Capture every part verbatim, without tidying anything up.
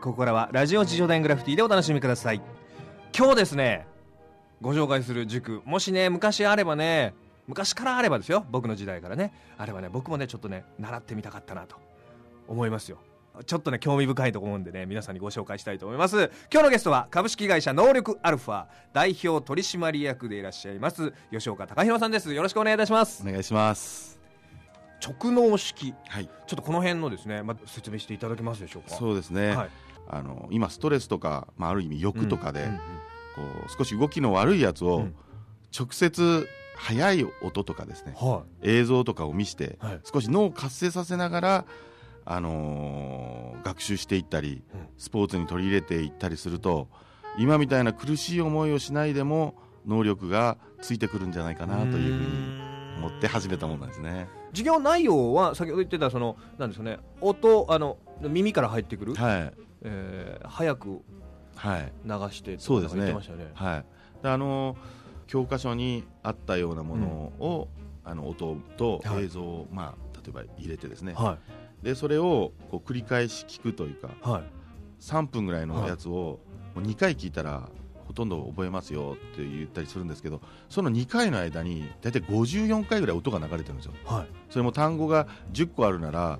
ここからはラジオ自叙伝グラフィティでお楽しみください。今日ですねご紹介する塾、もしね昔あればね、昔からあればですよ、僕の時代からねあればね、僕もねちょっとね習ってみたかったなと思いますよ。ちょっとね興味深いと思うんでね、皆さんにご紹介したいと思います。今日のゲストは株式会社能力アルファ代表取締役でいらっしゃいます吉岡隆弘さんです。よろしくお願いいたします。 お願いします。 直脳式、 はい、 ちょっとこの辺のですね、まあ、説明していただけますでしょうか。 そうですね、 はい、 あの今ストレスとか、まあ、ある意味欲とかで、 うんうんうん、 こう少し動きの悪いやつを、うん、直接速い音とかですね、はい、映像とかを見せて、はい、少し脳を活性させながら、あのー、学習していったり、うん、スポーツに取り入れていったりすると、今みたいな苦しい思いをしないでも能力がついてくるんじゃないかなというふうに思って始めたものなんですね。 授業内容は先ほど言ってたそのなんですかね、音、あの耳から入ってくる、はい、えー、早く流してとか言ってましたよね。 はい、で、あの教科書にあったようなものを、うん、あの音と映像を、はい、まあ、例えば入れてですね、はい、でそれをこう繰り返し聞くというか、はい、さんぷんぐらいのやつをもうにかい聞いたらほとんど覚えますよって言ったりするんですけど、そのにかいの間にだいたいごじゅうよんかいぐらい音が流れてるんですよ。はい、それも単語がじゅっこあるなら、はい、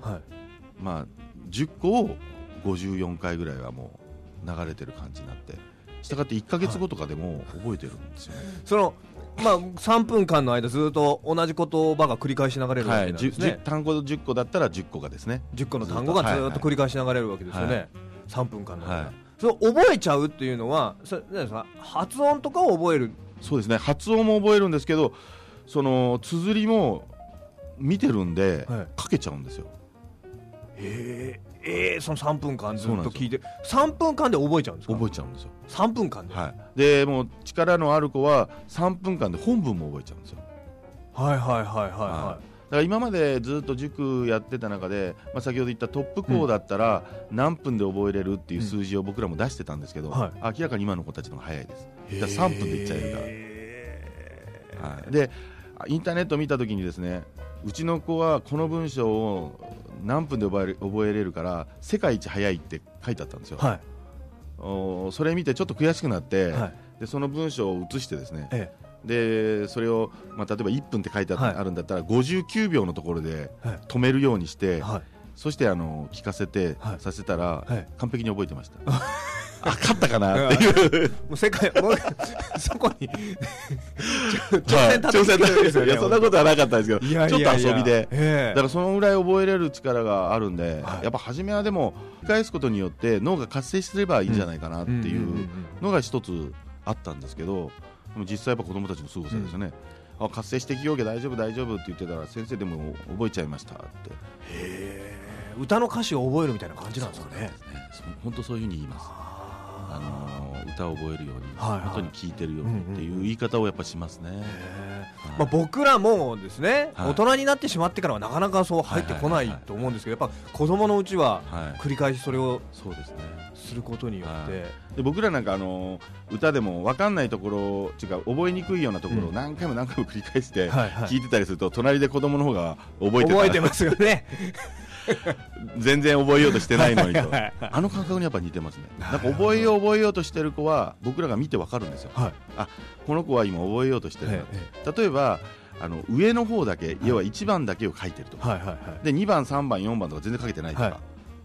まあ、じゅっこをごじゅうよんかいぐらいはもう流れてる感じになって、したがっていっかげつごとかでも覚えてるんですよね。はい、 そのまあ、さんぷんかんの間ずっと同じ言葉が繰り返し流れるわけなんですね。 はい、単語じゅっこだったらじゅっこがですね、 じゅっこの単語がずっと繰り返し流れるわけですよね。はいはい、さんぷんかんの間、はい、それ覚えちゃうっていうのはそれ何ですか、発音とかを覚える。 そうですね、発音も覚えるんですけど、その綴りも見てるんで、はい、書けちゃうんですよ。 へー、えー、そのさんぷんかんずっと聞いてさんぷんかんで覚えちゃうんですか。 覚えちゃうんですよ、 さんぷんかんで。 はい、でもう力のある子はさんぷんかんで本文も覚えちゃうんですよ。 はいはいはいはいはい、はい、だから今までずっと塾やってた中で、まあ、先ほど言ったトップ校だったら何分で覚えれるっていう数字を僕らも出してたんですけど、うん、はい、明らかに今の子たちの方が早いです。だからさんぷんでいっちゃえるから、はい、でインターネットを見た時にですね、うちの子はこの文章を何分で覚えれ、覚えれるから世界一早いって書いてあったんですよ。はい、おそれ見てちょっと悔しくなって、はい、でその文章を写してですね、ええ、でそれを、まあ、例えばいっぷんって書いてあるんだったら、はい、ごじゅうきゅうびょうのところで止めるようにして、はい、そしてあの聞かせて、はい、させたら、はい、完璧に覚えてました。あ、勝ったかなっていうもう世界もうそこに挑戦立てですよね。いや、そんなことはなかったですけど、いやいやいや、ちょっと遊びで、えー、だからそのぐらい覚えれる力があるんで、はい、やっぱ初めはでも返すことによって脳が活性すればいいんじゃないかなっていうのが一つあったんですけど、でも実際やっぱ子どもたちの凄さですよね。うん、あ、活性してきようけ大丈夫大丈夫って言ってたら、先生でも覚えちゃいましたって。 へー、歌の歌詞を覚えるみたいな感じなんですかね。 本当そういうふうに言います。あの歌を覚えるように、はいはい、本当に聴いてるようにっていう言い方をやっぱしますね。はい、 まあ、僕らもですね、はい、大人になってしまってからはなかなかそう入ってこないと思うんですけど、やっぱ子供のうちは繰り返しそれをすることによって、はい、 で僕らなんかあの歌でも分かんないところ違う、覚えにくいようなところを何回も何回も繰り返して聴いてたりすると、隣で子供の方が覚えてた、 覚えてますよね。 全然覚えようとしてないのにとあの感覚にやっぱ似てますね。なんか覚えよう覚えようとしてる子は僕らが見てわかるんですよ。はい、あ、この子は今覚えようとしてるな。例えばあの上の方だけ、はい、要はいちばんだけを書いてるとか、はいはいはい、でにばんさんばんよんばんとか全然書けてないとか、はい、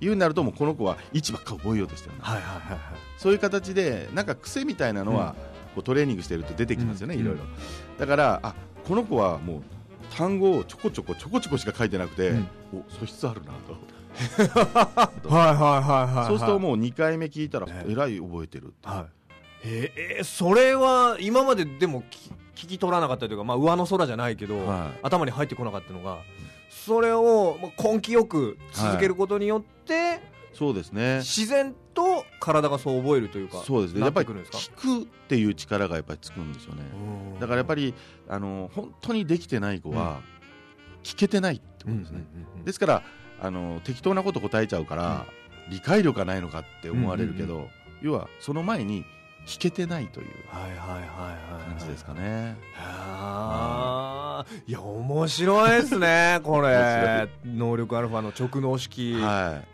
いうになると、もうこの子はいちばっか覚えようとしてるな、はいはいはいはい、そういう形でなんか癖みたいなのは、うん、こうトレーニングしてると出てきますよね、うん、いろいろ。だからあ、この子はもう単語をちょこちょこちょこちょこしか書いてなくて、うん、お、素質あるなとはいはいはいはい、そうするともうにかいめ聞いたらえらい覚えてるって、はい、 えー、それは今まででも聞き取らなかったというか、まあ、上の空じゃないけど、はい、頭に入ってこなかったのが、それを根気よく続けることによって、はい、 そうですね、 自然と体がそう覚えるというか、 そうですね、やっぱり聞くっていう力がやっぱりつくんですよね。だからやっぱりあの本当にできてない子は聞けてないってことですね。ですからあの適当なこと答えちゃうから、うん、理解力がないのかって思われるけど、うんうんうん、要はその前に弾けてないという感じですかね。 はー、いや面白いですねこれ能力アルファの直脳式、はい、